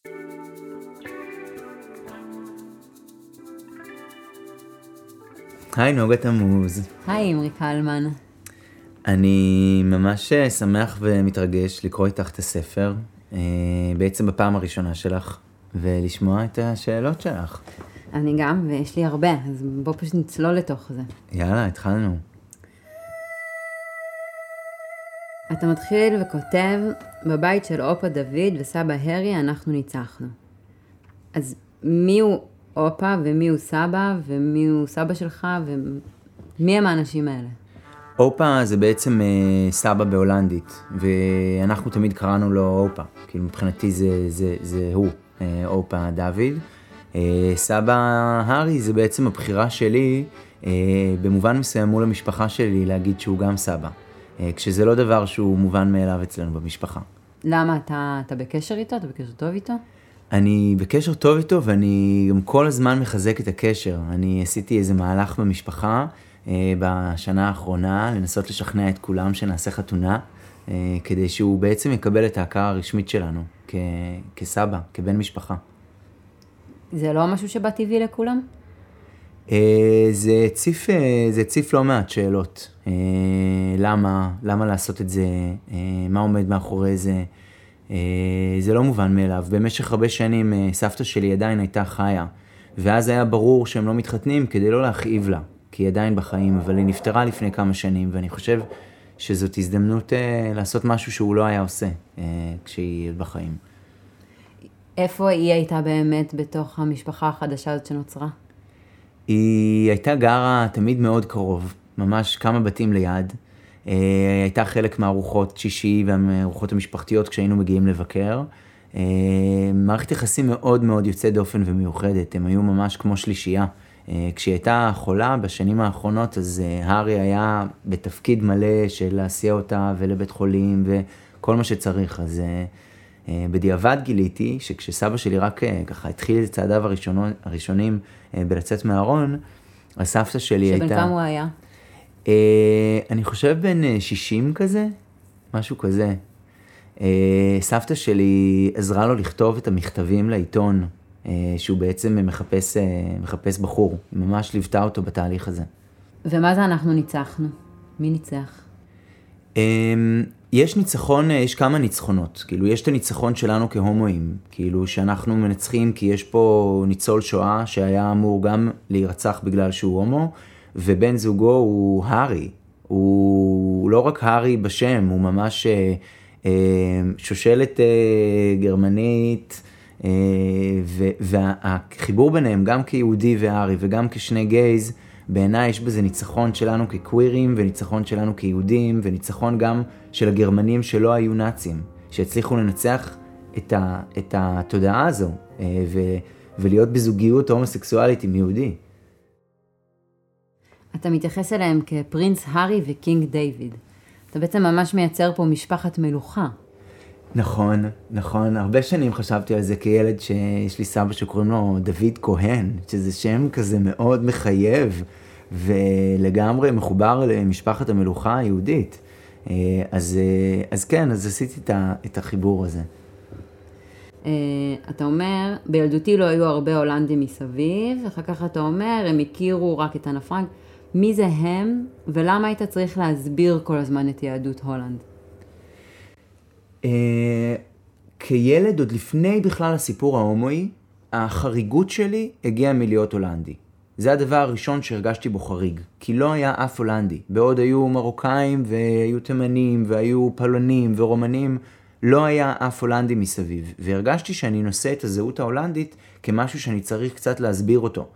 היי נוגה תמוז. היי אמרי קלמן. אני ממש שמח ומתרגש לקרוא איתך את הספר, בעצם בפעם הראשונה שלך, ולשמוע את השאלות שלך. אני גם, ויש לי הרבה, אז בוא פשוט נצלול לתוך זה. יאללה, התחלנו. אתה מתחיל וכותב, בבית של אופה דוד וסבא הרי אנחנו ניצחנו. אז מי הוא אופה ומי הוא סבא ומי הוא סבא שלך ומי הם האנשים האלה? אופה זה בעצם סבא בהולנדית, ואנחנו תמיד קראנו לו אופה, כאילו מבחינתי זה הוא, אופה דוד. סבא הרי זה בעצם הבחירה שלי, במובן מסוים מול המשפחה שלי להגיד שהוא גם סבא, כשזה לא דבר שהוא מובן מאליו אצלנו במשפחה. למה? אתה בקשר איתו? אתה בקשר טוב איתו? אני בקשר טוב איתו, ואני גם כל הזמן מחזק את הקשר. אני עשיתי איזה מהלך במשפחה בשנה האחרונה, לנסות לשכנע את כולם שנעשה חתונה, כדי שהוא בעצם יקבל את ההכרה הרשמית שלנו, כסבא, כבן משפחה. זה לא משהו שבא טבעי לכולם? זה ציף לא מעט שאלות. למה לעשות את זה? מה עומד מאחורי זה? זה לא מובן מאליו. במשך הרבה שנים סבתא שלי עדיין הייתה חיה, ואז היה ברור שהם לא מתחתנים כדי לא להכאיב לה, כי היא עדיין בחיים, אבל היא נפטרה לפני כמה שנים, ואני חושב שזאת הזדמנות לעשות משהו שהוא לא היה עושה כשהיא בחיים. איפה היא הייתה באמת בתוך המשפחה החדשה הזאת שנוצרה? היא הייתה גרה תמיד מאוד קרוב, ממש כמה בתים ליד. הייתה חלק מהארוחות שישי והארוחות המשפחתיות כשהיינו מגיעים לבקר. מערכת יחסים מאוד מאוד יוצאת דופן ומיוחדת, הם היו ממש כמו שלישייה. כשהיא הייתה חולה בשנים האחרונות, אז הרי היה בתפקיד מלא של להסיע אותה ולבית חולים וכל מה שצריך. אז בדיעבד גיליתי שכשסבא שלי רק ככה התחיל את צעדיו הראשונים בלצאת מהארון, הסבתא שלי הייתה... שבן כמה הוא היה? אני חושב בין 60 כזה, משהו כזה. סבתא שלי עזרה לו לכתוב את המכתבים לעיתון, שהוא בעצם מחפש בחור. היא ממש ליוותה אותו בתהליך הזה. ומה זה אנחנו ניצחנו? מי ניצח? יש ניצחון, יש כמה ניצחונות. כאילו, יש את הניצחון שלנו כהומואים, כאילו שאנחנו מנצחים כי יש פה ניצול שואה שהיה אמור גם להירצח בגלל שהוא הומו, ובן זוגו הוא הרי. הוא לא רק הרי בשם, הוא ממש שושלת גרמנית, והחיבור ביניהם גם כיהודי והרי וגם כשני גייז, בעיניי יש בזה ניצחון שלנו כקווירים, וניצחון שלנו כיהודים, וניצחון גם של הגרמנים שלא היו נאצים, שהצליחו לנצח את התודעה הזו, ולהיות בזוגיות הומוסקסואלית עם יהודי. אתה מתייחס אליהם כפרינס הרי וקינג דיוויד. אתה בעצם ממש מייצר פה משפחת מלוכה. נכון, נכון. הרבה שנים חשבתי על זה כילד שיש לי סבא שקוראים לו דוד כהן, שזה שם כזה מאוד מחייב, ולגמרי מחובר למשפחת המלוכה היהודית. אז כן, אז עשיתי את החיבור הזה. אתה אומר, בילדותי לא היו הרבה הולנדים מסביב, ואחר כך אתה אומר, הם הכירו רק את אנה פרנק. מי זה הם, ולמה היית צריך להסביר כל הזמן את יהדות הולנד? כילד, עוד לפני בכלל הסיפור ההומואי, החריגות שלי הגיעה מלהיות הולנדי. זה הדבר הראשון שהרגשתי בו חריג, כי לא היה אף הולנדי. בעוד היו מרוקאים והיו תימנים והיו פולנים ורומנים, לא היה אף הולנדי מסביב. והרגשתי שאני נושא את הזהות ההולנדית כמשהו שאני צריך קצת להסביר אותו.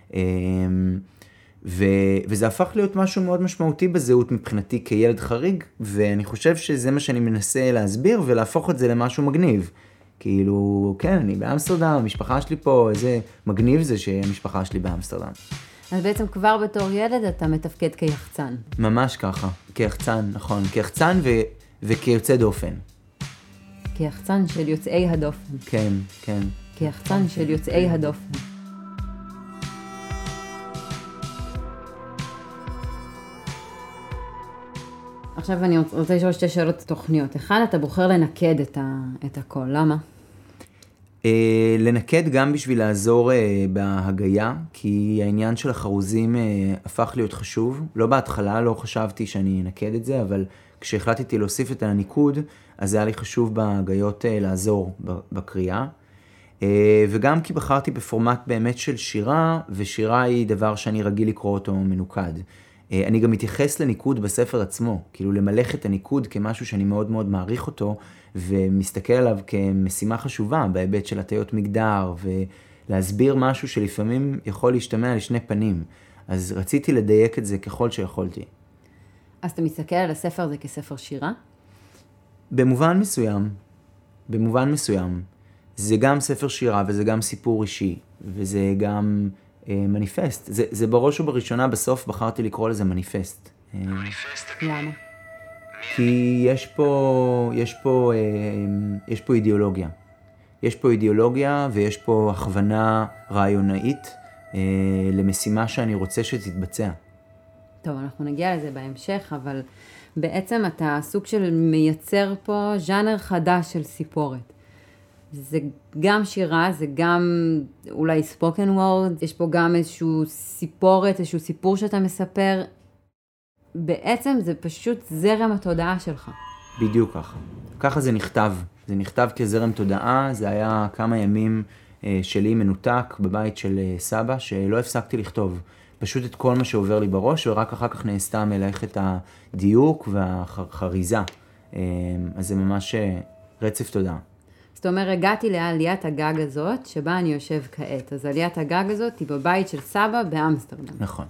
וזה הפך להיות משהו מאוד משמעותי בזהות מבחינתי כילד חריג, ואני חושב שזה מה שאני מנסה להסביר ולהפוך את זה למשהו מגניב. כאילו, כן, אני באמסטרדם, המשפחה שלי פה, איזה מגניב זה שהמשפחה שלי באמסטרדם. אז בעצם כבר בתור ילד אתה מתפקד כיחצן. ממש ככה, כיחצן, נכון, כיחצן וכיוצא דופן. כיחצן של יוצאי הדופן. כן, כן. כיחצן של יוצאי הדופן. עכשיו אני רוצה לשאול שתי שאלות תוכניות. אחד, אתה בוחר לנקד את הכל, למה? לנקד גם בשביל לעזור בהגייה, כי העניין של החרוזים הפך להיות חשוב. לא בהתחלה, לא חשבתי שאני אנקד את זה, אבל כשהחלטתי להוסיף את הניקוד, אז היה לי חשוב בהגיות לעזור בקריאה. וגם כי בחרתי בפורמט באמת של שירה, ושירה היא דבר שאני רגיל לקרוא אותו מנוקד. אני גם מתייחס לניקוד בספר עצמו, כאילו למלך את הניקוד כמשהו שאני מאוד מאוד מעריך אותו, ומסתכל עליו כמשימה חשובה בהיבט של הטיות מגדר, ולהסביר משהו שלפעמים יכול להשתמע לשני פנים. אז רציתי לדייק את זה ככל שיכולתי. אז אתה מסתכל על הספר הזה כספר שירה? במובן מסוים. במובן מסוים. זה גם ספר שירה וזה גם סיפור אישי, וזה גם מניפסט. זה בראש ובראשונה בסוף בחרתי לקרוא לזה מניפסט. למה? כי יש פה אידיאולוגיה. יש פה אידיאולוגיה ויש פה הכוונה רעיונאית למשימה שאני רוצה שתתבצע. טוב, אנחנו נגיע לזה בהמשך, אבל בעצם אתה סוג של מייצר פה ז'אנר חדש של סיפורת. זה גם שירה, זה גם אולי ספוקן וורד, יש פה גם איזשהו סיפורת, איזשהו סיפור שאתה מספר. בעצם זה פשוט זרם התודעה שלך. בדיוק ככה. ככה זה נכתב. זה נכתב כזרם תודעה, זה היה כמה ימים שלי מנותק בבית של סבא, שלא הפסקתי לכתוב. פשוט את כל מה שעובר לי בראש, ורק אחר כך נעשתה מלאכת הדיוק והחריזה. אז זה ממש רצף תודעה. זאת אומרת, הגעתי לעליית הגג הזאת, שבה אני יושב כעת. אז עליית הגג הזאת היא בבית של סבא באמסטרדם. נכון.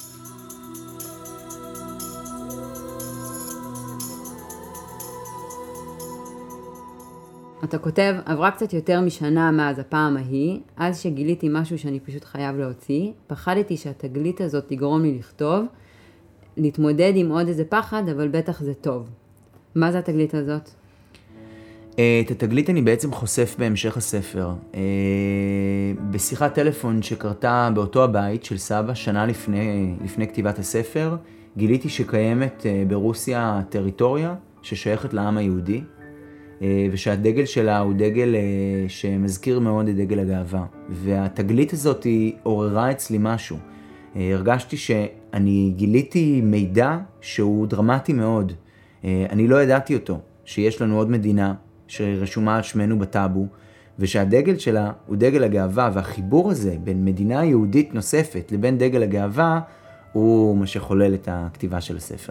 אתה כותב, עברה קצת יותר משנה מאז הפעם ההיא, אז שגיליתי משהו שאני פשוט חייב להוציא, פחדתי שהתגלית הזאת תגרום לי לכתוב, להתמודד עם עוד איזה פחד, אבל בטח זה טוב. מה זה התגלית הזאת? את התגלית אני בעצם חושף בהמשך הספר. בשיחת טלפון שקרתה באותו הבית של סבא, שנה לפני כתיבת הספר, גיליתי שקיימת ברוסיה טריטוריה ששייכת לעם היהודי, ושהדגל שלה הוא דגל שמזכיר מאוד את דגל הגאווה. והתגלית הזאת היא עוררה אצלי משהו. הרגשתי שאני גיליתי מידע שהוא דרמטי מאוד. אני לא ידעתי אותו, שיש לנו עוד מדינה שרשומה על שמנו בטאבו, ושהדגל שלה הוא דגל הגאווה, והחיבור הזה בין מדינה יהודית נוספת לבין דגל הגאווה, הוא מה שחולל את הכתיבה של הספר.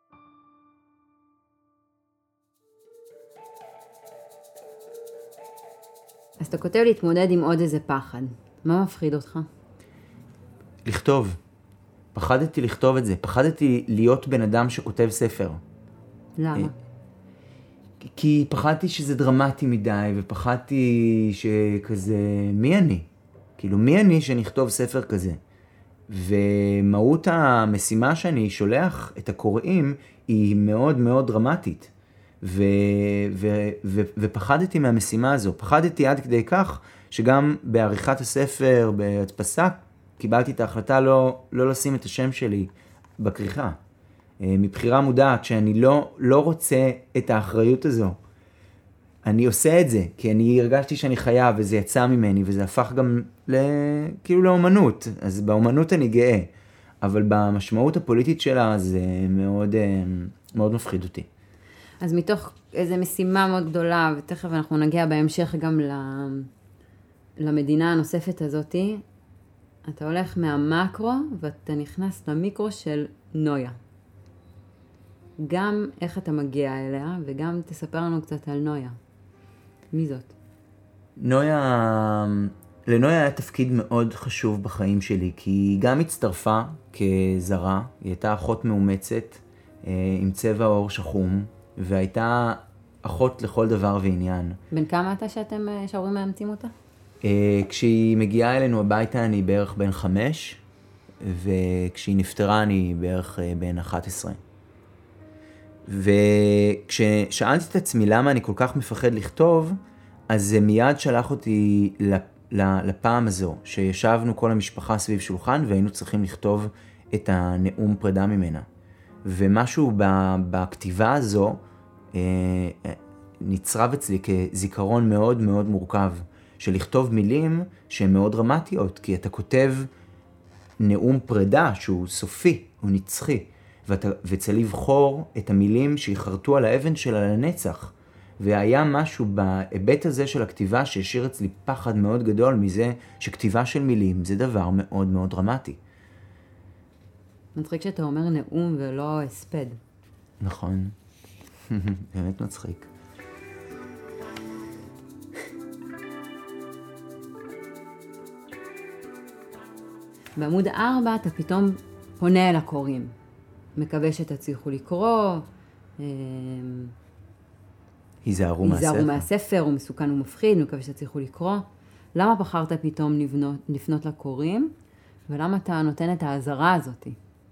אז אתה כותב להתמודד עם עוד איזה פחד. מה מפחיד אותך? לכתוב. פחדתי לכתוב את זה. פחדתי להיות בן אדם שכותב ספר. למה? כי פחדתי שזה דרמטי מדי, ופחדתי שכזה, מי אני? כאילו, מי אני שנכתוב ספר כזה? ומהות המשימה שאני שולח את הקוראים היא מאוד מאוד דרמטית. ופחדתי מהמשימה הזו. פחדתי עד כדי כך שגם בעריכת הספר, בהדפסה, קיבלתי את ההחלטה לא לשים את השם שלי בכריכה. מבחירה מודעת שאני לא רוצה את האחריות הזו. אני עושה את זה, כי אני הרגשתי שאני חייב, וזה יצא ממני, וזה הפך גם כאילו לאומנות. אז באומנות אני גאה, אבל במשמעות הפוליטית שלה זה מאוד, מאוד מפחיד אותי. אז מתוך איזו משימה מאוד גדולה, ותכף אנחנו נגיע בהמשך גם למדינה הנוספת הזאת, אתה הולך מהמקרו ואתה נכנס למיקרו של נויה. גם איך אתה מגיע אליה, וגם תספר לנו קצת על נויה. מי זאת? לנויה היה תפקיד מאוד חשוב בחיים שלי, כי היא גם הצטרפה כזרה, היא הייתה אחות מאומצת עם צבע עור שחום, והייתה אחות לכל דבר ועניין. בן כמה אתה שההורים מאמצים אותה? כשהיא מגיעה אלינו הביתה אני בערך בן 5, וכשהיא נפטרה אני בערך בן 11. וכששאלתי את עצמי למה אני כל כך מפחד לכתוב, אז זה מיד שלח אותי לפעם הזו, שישבנו כל המשפחה סביב שולחן והיינו צריכים לכתוב את הנאום פרידה ממנה. ומשהו בכתיבה הזו נצרב אצלי כזיכרון מאוד מאוד מורכב. של לכתוב מילים שהן מאוד דרמטיות, כי אתה כותב נאום פרידה שהוא סופי, הוא נצחי, וצריך לבחור את המילים שיחרטו על האבן שלה לנצח. והיה משהו בהיבט הזה של הכתיבה שהשאיר אצלי פחד מאוד גדול מזה שכתיבה של מילים זה דבר מאוד מאוד דרמטי. מצחיק שאתה אומר נאום ולא הספד. נכון. באמת מצחיק. בעמוד 4 אתה פתאום פונה אל הקוראים. מקווה שתצליחו לקרוא. היזהרו מהספר, הוא מסוכן ומפחיד, מקווה שתצליחו לקרוא. למה בחרת פתאום לפנות לקוראים? ולמה אתה נותן את האזהרה הזאת?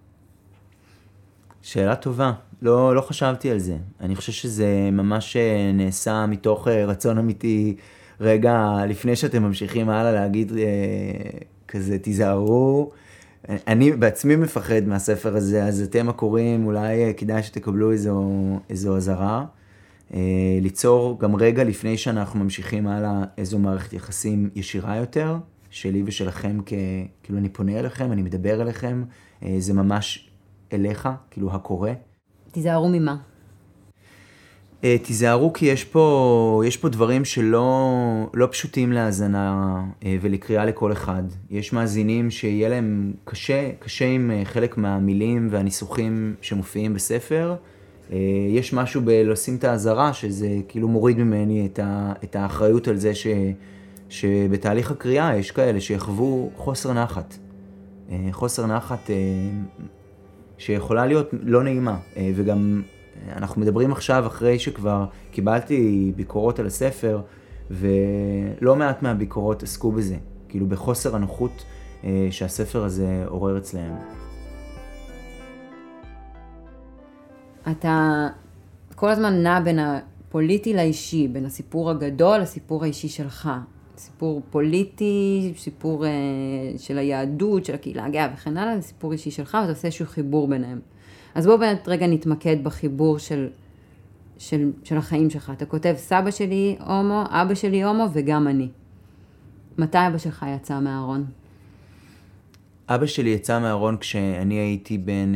שאלה טובה. לא חשבתי על זה. אני חושב שזה ממש נעשה מתוך רצון אמיתי רגע לפני שאתם ממשיכים הלאה להגיד כזה תיזהרו. אני בעצמי מפחד מהספר הזה, אז אתם הקוראים אולי כדאי שתקבלו איזו אזהרה. ליצור גם רגע לפני שאנחנו ממשיכים הלאה איזו מערכת יחסים ישירה יותר, שלי ושלכם, כאילו אני פונה אליכם, אני מדבר אליכם, זה ממש אליך, כאילו הקורא. תיזהרו ממה? תיזהרו כי יש פה דברים שלא פשוטים להאזנה ולקריאה לכל אחד. יש מאזינים שיהיה להם קשה עם חלק מהמילים והניסוחים שמופיעים בספר. יש משהו בלשים את האזהרה שזה כאילו מוריד ממני את האחריות על זה שבתהליך הקריאה יש כאלה שיחוו חוסר נחת. חוסר נחת שיכולה להיות לא נעימה, וגם אנחנו מדברים עכשיו אחרי שכבר קיבלתי ביקורות על הספר, ולא מעט מהביקורות עסקו בזה, כאילו בחוסר הנוחות שהספר הזה עורר אצלהם. אתה כל הזמן נע בין הפוליטי לאישי, בין הסיפור הגדול לסיפור האישי שלך. סיפור פוליטי, סיפור של היהדות, של הקהילה הגאה וכן הלאה, סיפור אישי שלך, ואתה עושה איזשהו חיבור ביניהם. אז בואו באמת רגע נתמקד בחיבור של החיים שלך. אתה כותב סבא שלי הומו, אבא שלי הומו וגם אני. מתי אבא שלך יצא מהארון? אבא שלי יצא מהארון כשאני הייתי בן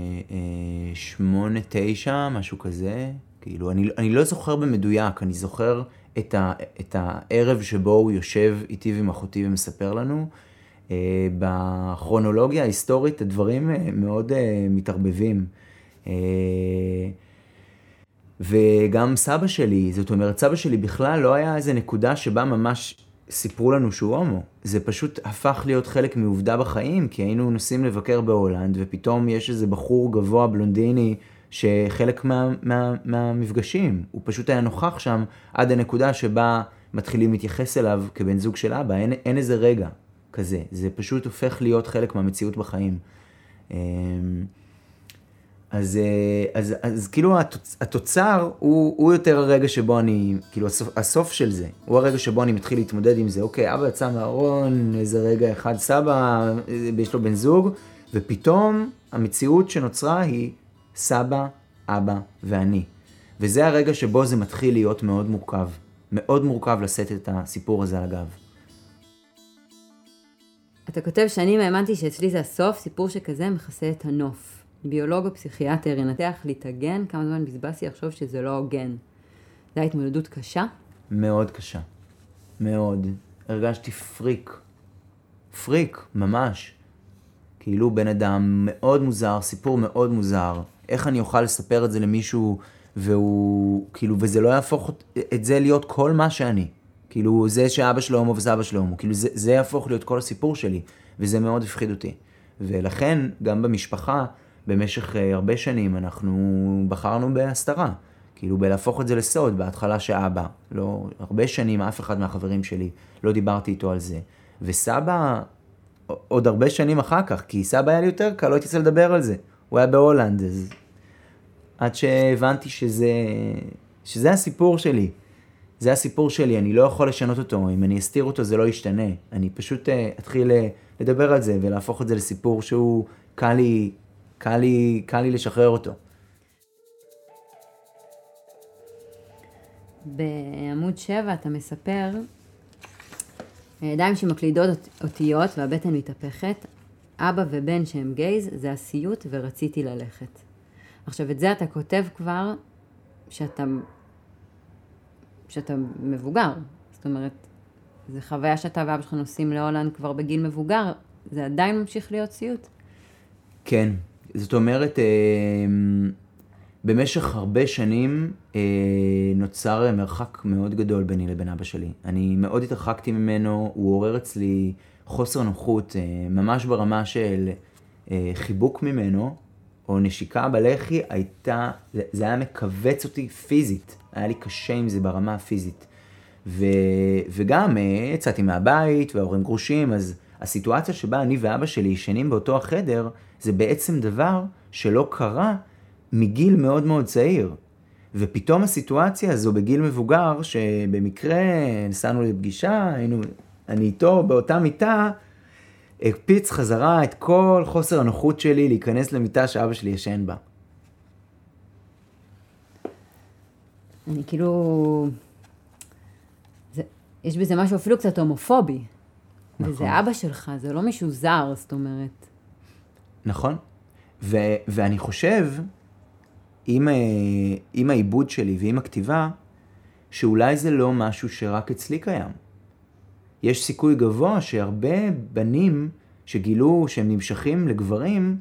8-9, משהו כזה. כאילו, אני לא זוכר במדויק, אני זוכר את הערב שבו הוא יושב איתי ועם אחותי ומספר לנו. בכרונולוגיה ההיסטורית הדברים מאוד מתערבבים. וגם סבא שלי, זאת אומרת, סבא שלי בכלל לא היה איזה נקודה שבה ממש סיפרו לנו שהוא הומו. זה פשוט הפך להיות חלק מעובדה בחיים, כי היינו נוסעים לבקר בהולנד, ופתאום יש איזה בחור גבוה בלונדיני שחלק מהמפגשים, הוא פשוט היה נוכח שם עד הנקודה שבה מתחילים להתייחס אליו כבן זוג של אבא. אין איזה רגע כזה, זה פשוט הופך להיות חלק מהמציאות בחיים. אז כאילו התוצר הוא יותר הרגע שבו אני, כאילו הסוף של זה, הוא הרגע שבו אני מתחיל להתמודד עם זה. אוקיי, אבא יצא מהארון, איזה רגע אחד, סבא, יש לו בן זוג, ופתאום המציאות שנוצרה היא סבא, אבא ואני. וזה הרגע שבו זה מתחיל להיות מאוד מורכב. מאוד מורכב לשאת את הסיפור הזה על הגב. אתה כותב שאני האמנתי שאצלי זה הסוף, סיפור שכזה מכסה את הנוף. ביולוג או פסיכיאטר ינתח להתאגן, כמה זמן בזבזתי לחשוב שזה לא הוגן. זו התמודדות קשה? מאוד קשה. מאוד. הרגשתי פריק, ממש. כאילו בן אדם מאוד מוזר, סיפור מאוד מוזר. איך אני אוכל לספר את זה למישהו והוא, כאילו, וזה לא יהפוך את זה להיות כל מה שאני. כאילו, זה שאבא שלו הומו וסבא שלו הומו. כאילו, זה יהפוך להיות כל הסיפור שלי, וזה מאוד הפחיד אותי. ולכן, גם במשפחה, במשך הרבה שנים, אנחנו בחרנו בהסתרה. כאילו, בלהפוך את זה לסוד, בהתחלה שאבא, לא, הרבה שנים, אף אחד מהחברים שלי, לא דיברתי איתו על זה. וסבא, עוד הרבה שנים אחר כך, כי סבא היה לי יותר קל, לא הייתי צריך לדבר על זה. הוא היה בהולנד, אז עד שהבנתי שזה הסיפור שלי. זה הסיפור שלי, אני לא יכול לשנות אותו, אם אני אסתיר אותו זה לא ישתנה. אני פשוט אתחיל לדבר על זה ולהפוך את זה לסיפור שהוא קל לי לשחרר אותו. בעמוד 7 אתה מספר הידיים שמקלידות אותיות והבטן מתהפכת, אבא ובן שהם גייז, זה הסיוט ורציתי ללכת. עכשיו, את זה אתה כותב כבר שאתה מבוגר. זאת אומרת, זו חוויה שאתה ואבא שלך נוסעים להולנד כבר בגיל מבוגר, זה עדיין ממשיך להיות סיוט. כן, זאת אומרת, במשך הרבה שנים נוצר מרחק מאוד גדול ביני לבין אבא שלי. אני מאוד התרחקתי ממנו, הוא עורר אצלי חוסר נוחות, ממש ברמה של חיבוק ממנו, או נשיקה בלחי, זה היה מקבץ אותי פיזית. היה לי קשה עם זה ברמה הפיזית. וגם יצאתי מהבית וההורים גרושים, אז הסיטואציה שבה אני ואבא שלי ישנים באותו החדר, זה בעצם דבר שלא קרה מגיל מאוד מאוד צעיר. ופתאום הסיטואציה הזו בגיל מבוגר, שבמקרה נסענו לפגישה, אני איתו באותה מיטה, הקפיץ חזרה את כל חוסר הנוחות שלי להיכנס למיטה שאבא שלי ישן בה. אני כאילו... יש בזה משהו אפילו קצת הומופובי. נכון. וזה אבא שלך, זה לא מישהו זר, זאת אומרת. נכון. ואני חושב, עם העיבוד שלי ועם הכתיבה, שאולי זה לא משהו שרק אצלי קיים. יש סיכוי גבוה שהרבה בנים שגילו שהם נמשכים לגברים,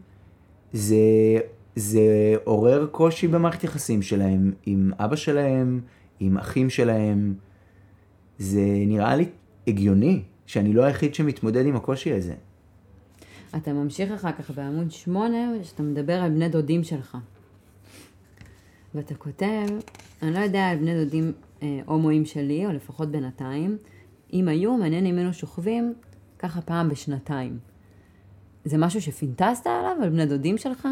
זה עורר קושי במערכת יחסים שלהם, עם אבא שלהם, עם אחים שלהם. זה נראה לי הגיוני, שאני לא היחיד שמתמודד עם הקושי הזה. אתה ממשיך אחר כך בעמוד 8, שאתה מדבר על בני דודים שלך. ואתה כותב, אני לא יודע על בני דודים הומואים שלי, או לפחות בינתיים, אם היו, מעניין אם היינו שוכבים ככה פעם בשנתיים. זה משהו שפינטסת עליו, על בני דודים שלך?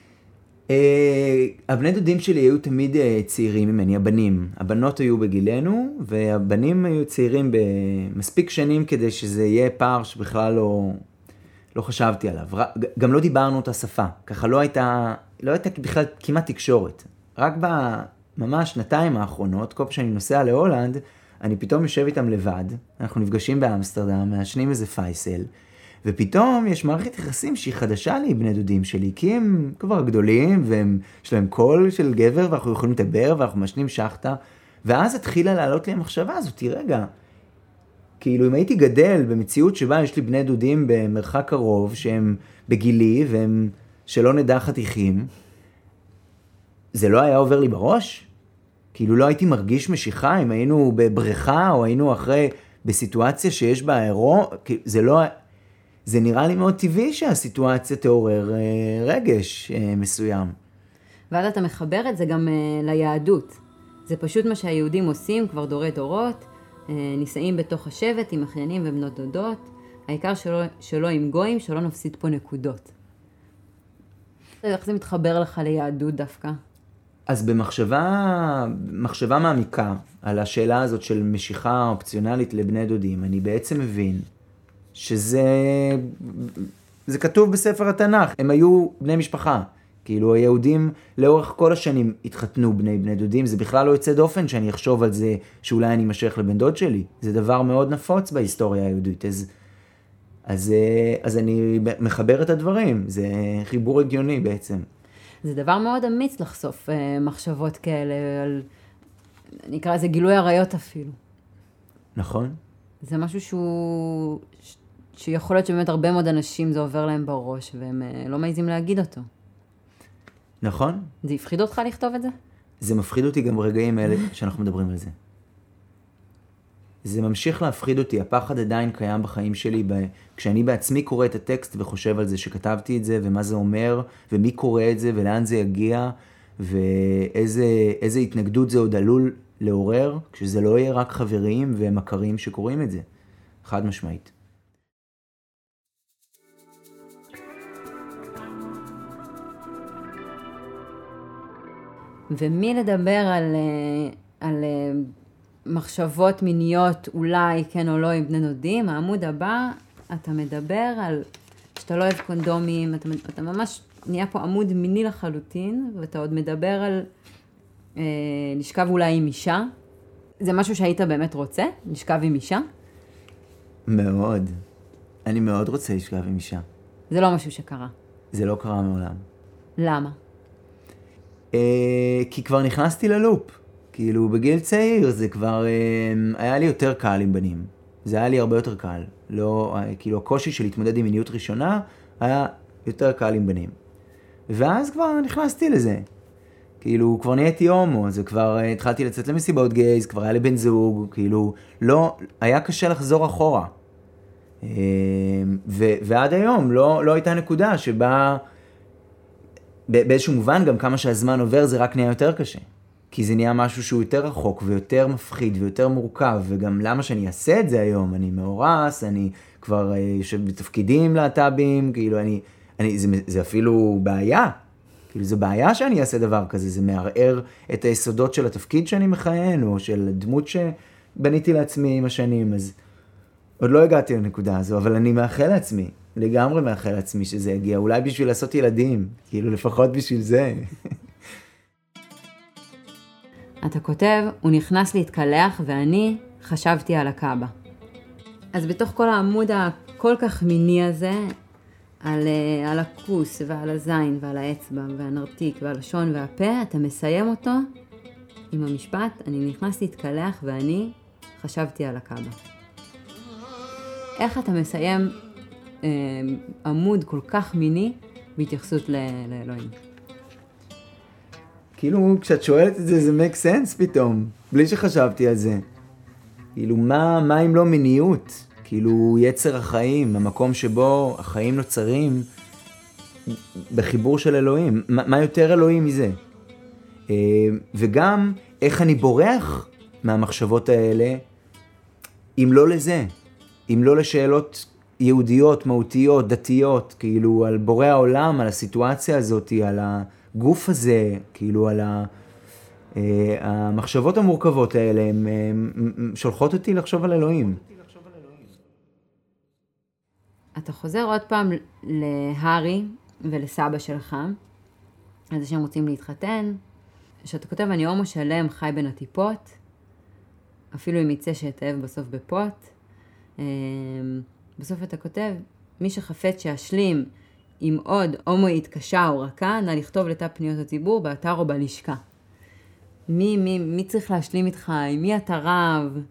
הבני דודים שלי היו תמיד צעירים ממני, הבנים. הבנות היו בגילנו, והבנים היו צעירים במספיק שנים כדי שזה יהיה פער שבכלל לא חשבתי עליו. גם לא דיברנו את השפה, ככה לא הייתה בכלל כמעט תקשורת. רק בממש שנתיים האחרונות, כל פעם שאני נוסע להולנד, אני פתאום יושב איתם לבד, אנחנו נפגשים באמסטרדם, מעשנים איזה פייסל, ופתאום יש מערכת יחסים שהיא חדשה לי, בני דודים שלי, כי הם כבר גדולים, ויש להם קול של גבר, ואנחנו יכולים לדבר, ואנחנו משנים שחטה, ואז התחילה לעלות לי המחשבה הזאת, רגע, כאילו אם הייתי גדל במציאות שבה יש לי בני דודים במרחק קרוב, שהם בגילי, והם שלא נדע חתיכים, זה לא היה עובר לי בראש? כאילו לא הייתי מרגיש משיכה אם היינו בבריכה, או היינו בסיטואציה שיש בה זה נראה לי מאוד טבעי שהסיטואציה תעורר רגש מסוים. ואז אתה מחבר את זה גם ליהדות. זה פשוט מה שהיהודים עושים כבר דורי דורות, נישאים בתוך השבט עם אחיינים ובנות דודות, העיקר שלא עם גויים, שלא נפסיד פה נקודות. איך זה מתחבר לך ליהדות דווקא? אז במחשבה מעמיקה על השאלה הזאת של משיכה אופציונלית לבני דודים, אני בעצם מבין שזה כתוב בספר התנ"ך. הם היו בני משפחה. כאילו היהודים לאורך כל השנים התחתנו בני דודים. זה בכלל לא יוצא דופן שאני אחשוב על זה שאולי אני אמשך לבן דוד שלי. זה דבר מאוד נפוץ בהיסטוריה היהודית. אז אני מחבר את הדברים. זה חיבור הגיוני בעצם. זה דבר מאוד אמיץ לחשוף מחשבות כאלה על, נקרא לזה גילוי עריות אפילו. נכון. זה משהו שיכול להיות שבאמת הרבה מאוד אנשים זה עובר להם בראש, והם לא מעיזים להגיד אותו. נכון. זה הפחיד אותך לכתוב את זה? זה מפחיד אותי גם ברגעים האלה שאנחנו מדברים על זה. זה ממשיך להפחיד אותי, הפחד עדיין קיים בחיים שלי, כשאני בעצמי קורא את הטקסט וחושב על זה שכתבתי את זה, ומה זה אומר, ומי קורא את זה, ולאן זה יגיע, ואיזה התנגדות זה עוד עלול לעורר, כשזה לא יהיה רק חברים ומכרים שקוראים את זה. חד משמעית. ומי לדבר על מחשבות מיניות, אולי כן או לא עם בני דודים, העמוד הבא, אתה מדבר על שאתה לא אוהב קונדומים, אתה ממש נהיה פה עמוד מיני לחלוטין, ואתה עוד מדבר על לשכב אולי עם אישה. זה משהו שהיית באמת רוצה? לשכב עם אישה? מאוד. אני מאוד רוצה לשכב עם אישה. זה לא משהו שקרה. זה לא קרה מעולם. למה? כי כבר נכנסתי ללופ. כאילו בגיל צעיר זה כבר היה לי יותר קל עם בנים. זה היה לי הרבה יותר קל. לא, כאילו הקושי של להתמודד עם מיניות ראשונה היה יותר קל עם בנים. ואז כבר נכנסתי לזה. כאילו כבר נהייתי הומו, אז כבר התחלתי לצאת למסיבות גייז, כבר היה לי בן זוג, כאילו לא, היה קשה לחזור אחורה. ועד היום לא הייתה נקודה שבה באיזשהו מובן גם כמה שהזמן עובר זה רק נהיה יותר קשה. כי זה נהיה משהו שהוא יותר רחוק ויותר מפחיד ויותר מורכב, וגם למה שאני אעשה את זה היום? אני מאורס, אני כבר יושב בתפקידים להט"בים, כאילו זה אפילו בעיה. כאילו זו בעיה שאני אעשה דבר כזה, זה מערער את היסודות של התפקיד שאני מכהן, או של דמות שבניתי לעצמי עם השנים, אז עוד לא הגעתי לנקודה הזו, אבל אני מאחל לעצמי, לגמרי מאחל לעצמי שזה יגיע, אולי בשביל לעשות ילדים, כאילו לפחות בשביל זה. אתה כותב, הוא נכנס להתקלח ואני חשבתי על הקאבה. אז בתוך כל העמוד הכל כך מיני הזה, על הכוס ועל הזין ועל האצבע והנרתיק והלשון והפה, אתה מסיים אותו עם המשפט, אני נכנס להתקלח ואני חשבתי על הקאבה. איך אתה מסיים עמוד כל כך מיני בהתייחסות לאלוהים? כאילו, כשאת שואלת את זה, זה make sense פתאום, בלי שחשבתי על זה. כאילו, מה אם לא מיניות? כאילו, יצר החיים, המקום שבו החיים נוצרים בחיבור של אלוהים. מה יותר אלוהים מזה? וגם, איך אני בורח מהמחשבות האלה, אם לא לזה, אם לא לשאלות יהודיות, מהותיות, דתיות, כאילו, על בורא העולם, על הסיטואציה הזאת, על הגוף הזה, כאילו על המחשבות המורכבות האלה, הן שולחות אותי לחשוב על אלוהים. אתה חוזר עוד פעם להרי ולסבא שלך, על זה שהם רוצים להתחתן, שאתה כותב, אני הומו שלם חי בין הטיפות, אפילו אם יצא שתאהב בסוף בפוט. בסוף אתה כותב, מי שחפץ שישלים עם עוד הומואית קשה או רכה, נא לכתוב לתא פניות הציבור, באתר או בלשכה. מי צריך להשלים איתך? עם מי אתה רב?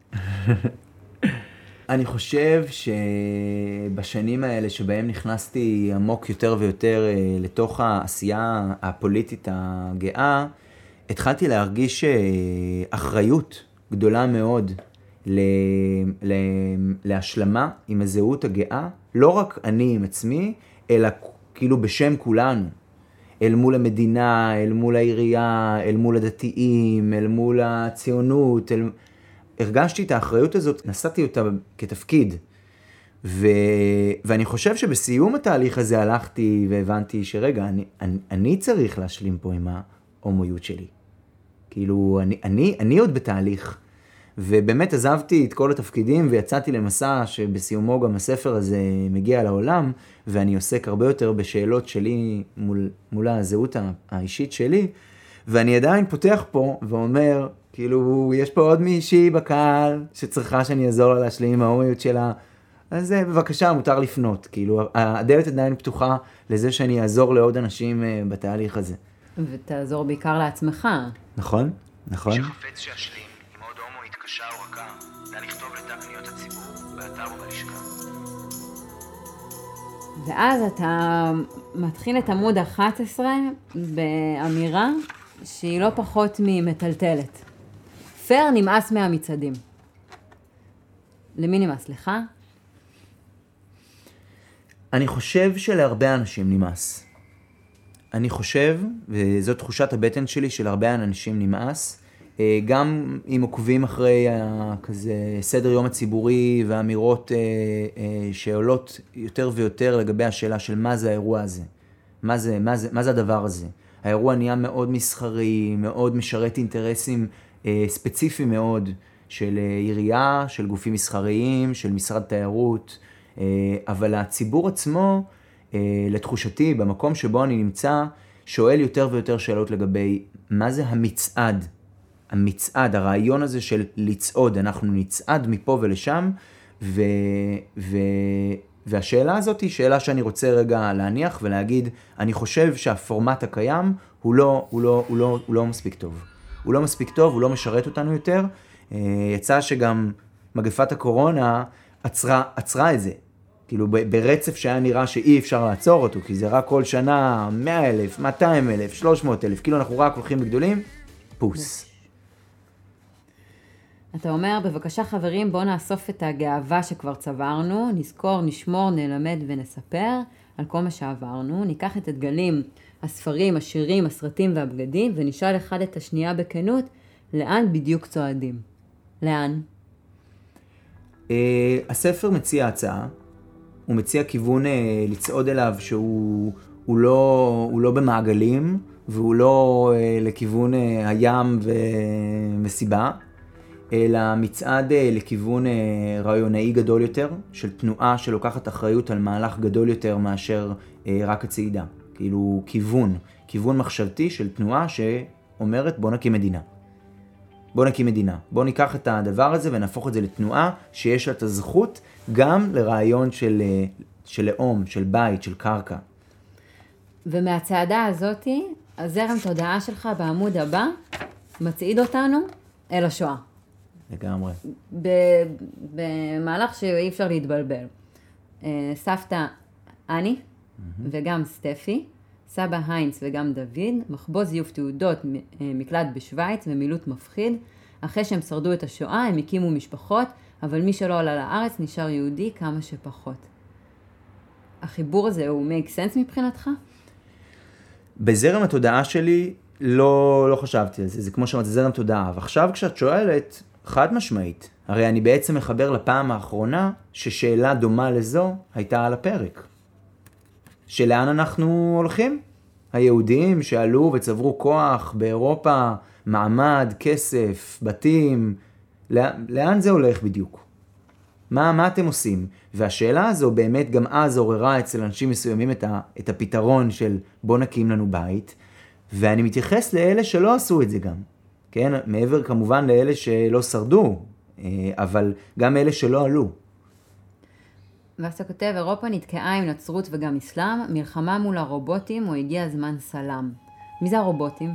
אני חושב שבשנים האלה שבהם נכנסתי עמוק יותר ויותר לתוך העשייה הפוליטית הגאה, התחלתי להרגיש אחריות גדולה מאוד להשלמה עם הזהות הגאה, לא רק אני עם עצמי, אלא כאילו בשם כולנו, אל מול המדינה, אל מול העירייה, אל מול הדתיים, אל מול הציונות, הרגשתי את האחריות הזאת, נשאתי אותה כתפקיד, ואני חושב שבסיום התהליך הזה הלכתי והבנתי שרגע, אני צריך להשלים פה עם ההומואיות שלי. כאילו, אני עוד בתהליך, ובאמת עזבתי את כל התפקידים ויצאתי למסע שבסיומו גם הספר הזה מגיע לעולם, ואני עוסק הרבה יותר בשאלות שלי מול הזהות האישית שלי, ואני עדיין פותח פה ואומר, כאילו, יש פה עוד מישהי בקהל שצריכה שאני אעזור לה להשלים עם ההומואיות שלה, אז בבקשה, מותר לפנות. כאילו, הדלת עדיין פתוחה לזה שאני אעזור לעוד אנשים בתהליך הזה. ותעזור בעיקר לעצמך. נכון, נכון. שחפץ שישלים עם עוד הומואית קשה או רכה, נא לכתוב לתא פניות הציבור, באתר או בלשכה. ואז אתה מתחיל את עמוד 11 באמירה שהיא לא פחות ממטלטלת. פר נמאס מהמצעדים. למי נמאס? לך? אני חושב שלהרבה אנשים נמאס. אני חושב, וזו תחושת הבטן שלי, שלהרבה אנשים נמאס, גם אם עוקבים אחרי כזה סדר יום הציבורי ואמירות שעולות יותר ויותר לגבי השאלה של מה זה האירוע הזה. מה זה הדבר הזה? האירוע נהיה מאוד מסחרי, מאוד משרת אינטרסים ספציפיים מאוד של עירייה, של גופים מסחריים, של משרד תיירות, אבל הציבור עצמו, לתחושתי, במקום שבו אני נמצא, שואל יותר ויותר שאלות לגבי מה זה המצעד, הרעיון הזה של לצעוד, אנחנו נצעד מפה ולשם, והשאלה הזאת היא שאלה שאני רוצה רגע להניח ולהגיד, אני חושב שהפורמט הקיים הוא לא מספיק טוב. הוא לא מספיק טוב, הוא לא משרת אותנו יותר. יצא שגם מגפת הקורונה עצרה את זה. כאילו ברצף שהיה נראה שאי אפשר לעצור אותו, כי זה רק כל שנה 100,000, 200,000, 300,000, כאילו אנחנו רק הולכים בגדולים, פוס. אתה אומר, בבקשה חברים, בואו נאסוף את הגאווה שכבר צברנו, נזכור, נשמור, נלמד ונספר על כל מה שעברנו, ניקח את הדגלים, הספרים, השירים, הסרטים והבגדים, ונשאל אחד את השנייה בכנות, לאן בדיוק צועדים? לאן? הספר מציע הצעה, הוא מציע כיוון לצעוד אליו שהוא לא במעגלים, והוא לא לכיוון הים ומסיבה, אלא מצעד לכיוון רעיונאי גדול יותר, של תנועה שלוקחת אחריות על מהלך גדול יותר מאשר רק הצעידה. כאילו כיוון מחשבתי של תנועה שאומרת בוא נקים מדינה. בוא ניקח את הדבר הזה ונהפוך את זה לתנועה שיש לה את הזכות גם לרעיון של לאום, של בית, של קרקע. ומהצעדה הזאת, הזרם תודעה שלך בעמוד הבא מצעיד אותנו אל השואה. לגמרי. במהלך שאי אפשר להתבלבל. סבתא אני וגם סטפי, סבא היינץ וגם דוד, מחבוא זיוף תעודות מקלט בשוויץ ומילוט מפחיד. אחרי שהם שרדו את השואה, הם הקימו משפחות, אבל מי שלא עלה לארץ נשאר יהודי כמה שפחות. החיבור הזה הוא make sense מבחינתך? בזרם התודעה שלי לא חשבתי על זה, זה כמו שאמרת, זה זרם תודעה. ועכשיו כשאת שואלת, חד משמעית, הרי אני בעצם מחבר לפעם האחרונה ששאלה דומה לזו הייתה על הפרק. שלאן אנחנו הולכים? היהודים שעלו וצברו כוח באירופה, מעמד, כסף, בתים, לאן זה הולך בדיוק? מה אתם עושים? והשאלה הזו באמת גם אז עוררה אצל אנשים מסוימים את הפתרון של בוא נקים לנו בית, ואני מתייחס לאלה שלא עשו את זה גם, כן? מעבר כמובן לאלה שלא שרדו, אבל גם אלה שלא עלו. ואז אתה כותב, אירופה נתקעה עם נצרות וגם אסלאם, מלחמה מול הרובוטים או הגיע הזמן סלאם. מי זה הרובוטים?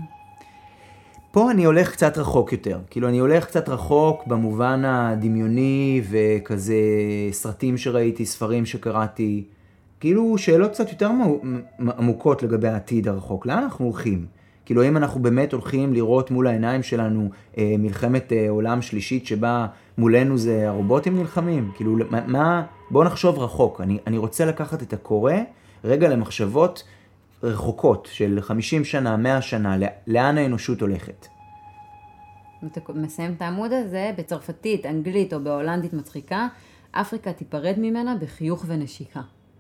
פה אני הולך קצת רחוק יותר. כאילו אני הולך קצת רחוק במובן הדמיוני וכזה סרטים שראיתי, ספרים שקראתי. כאילו שאלות קצת יותר עמוקות לגבי העתיד הרחוק. לאן אנחנו הולכים? כאילו האם אנחנו באמת הולכים לראות מול העיניים שלנו מלחמת עולם שלישית שבה מולנו זה הרובוטים נלחמים? כאילו בואו נחשוב רחוק. אני רוצה לקחת את הקורא רגע למחשבות רחוקות של 50 שנה, 100 שנה, לאן האנושות הולכת. אתה מסיים את העמוד הזה בצרפתית, אנגלית או בהולנדית מצחיקה, אפריקה תיפרד ממנה בחיוך ונשיקה.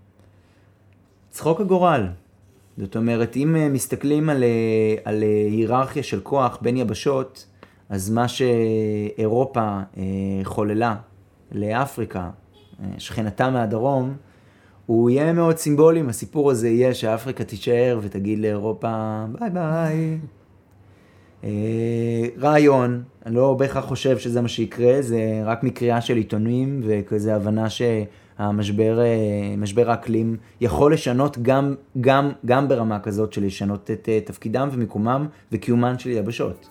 צחוק הגורל. זאת אומרת, אם מסתכלים על היררכיה של כוח בין יבשות, אז מה שאירופה חוללה לאפריקה, שכנתה מהדרום, הוא יהיה מאוד סימבולי. הסיפור הזה יהיה שאפריקה תישאר ותגיד לאירופה ביי ביי. רעיון, אני לא בהכרח חושב שזה מה שיקרה, זה רק מקריאה של עיתונים וכזה הבנה משבר האקלים יכול לשנות גם ברמה כזאת של לשנות את תפקידם ומיקומם וקיומן של יבשות.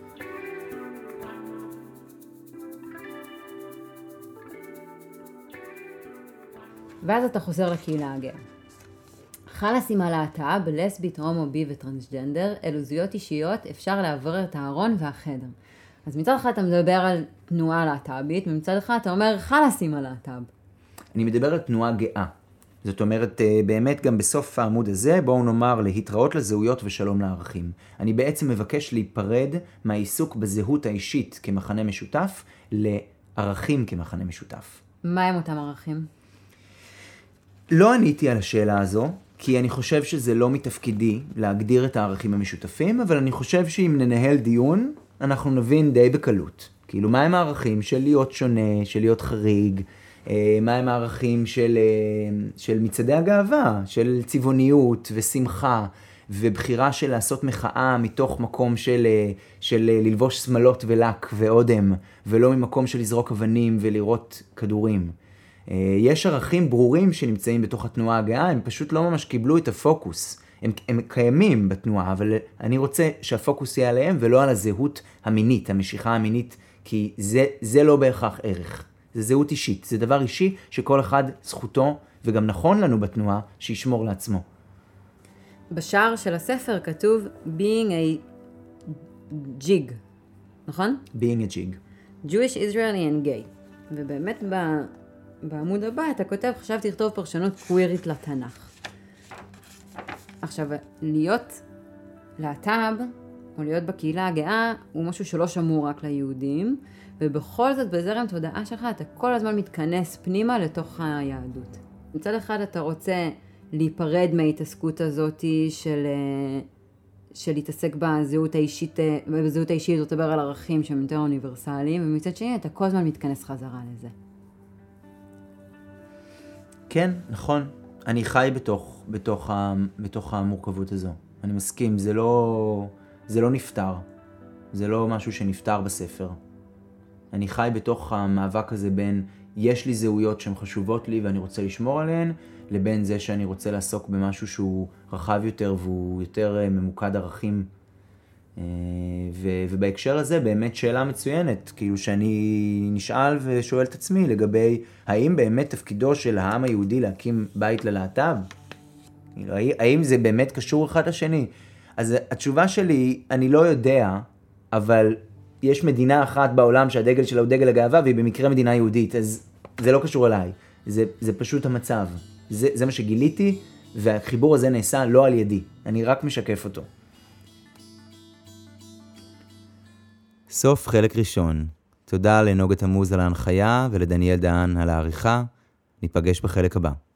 ואז אתה חוזר לקהילה הגאה. חלאס עם הלהט"ב, לסבית, הומו, בי וטרנסג'נדר, אלו זהויות אישיות, אפשר לעבור את הארון והחדר. אז מצד אחד אתה מדבר על תנועה להט"בית, ומצד אחד אתה אומר חלאס עם הלהט"ב. אני מדבר על תנועה גאה. זאת אומרת, באמת גם בסוף העמוד הזה, בואו נאמר להתראות לזהויות ושלום לערכים. אני בעצם מבקש להיפרד מהעיסוק בזהות האישית כמחנה משותף, לערכים כמחנה משותף. מה הם אותם ערכים? לא עניתי על השאלה הזו, כי אני חושב שזה לא מתפקידי להגדיר את הערכים המשותפים, אבל אני חושב שאם ננהל דיון, אנחנו נבין די בקלות. כאילו, מה הם הערכים של להיות שונה, של להיות חריג, מה הם הערכים של מצעדי הגאווה, של צבעוניות ושמחה, ובחירה של לעשות מחאה מתוך מקום של ללבוש שמלות ולק ואודם, ולא ממקום של לזרוק אבנים ולראות כדורים. יש ערכים ברורים שנמצאים בתוך התנועה הגאה, הם פשוט לא ממש קיבלו את הפוקוס. הם קיימים בתנועה, אבל אני רוצה שהפוקוס יהיה עליהם ולא על הזהות המינית, המשיכה המינית, כי זה לא בהכרח ערך. זה זהות אישית, זה דבר אישי שכל אחד זכותו, וגם נכון לנו בתנועה, שישמור לעצמו. בשער של הספר כתוב being a jig, נכון? being a jig. Jewish, Israeli and gay. ובאמת בעמוד הבא אתה כותב, חשבתי לכתוב פרשנות קווירית לתנ"ך. עכשיו, להיות להט"ב, או להיות בקהילה הגאה, הוא משהו שלא שמור רק ליהודים, ובכל זאת בזרם תודעה שלך אתה כל הזמן מתכנס פנימה לתוך היהדות. מצד אחד אתה רוצה להיפרד מההתעסקות הזאת של להתעסק בזהות האישית, לדבר על ערכים שהם יותר אוניברסליים, ומצד שני אתה כל הזמן מתכנס חזרה לזה. כן, נכון. אני חי בתוך המורכבות הזו. אני מסכים, זה לא נפטר. זה לא משהו שנפטר בספר. אני חי בתוך המאבק הזה בין יש לי זהויות שהן חשובות לי ואני רוצה לשמור עליהן, לבין זה שאני רוצה לעסוק במשהו שהוא רחב יותר והוא יותר ממוקד ערכים. ובהקשר הזה באמת שאלה מצוינת, כאילו שאני נשאל ושואל את עצמי לגבי האם באמת תפקידו של העם היהודי להקים בית ללהט"ב? האם זה באמת קשור אחד לשני? אז התשובה שלי, אני לא יודע, אבל יש מדינה אחת בעולם שהדגל שלה הוא דגל הגאווה, והיא במקרה מדינה יהודית, אז זה לא קשור אליי. זה פשוט המצב. זה מה שגיליתי, והחיבור הזה נעשה לא על ידי. אני רק משקף אותו. סוף חלק ראשון. תודה לנוגה תמוז על ההנחיה ולדניאל דהן על העריכה. ניפגש בחלק הבא.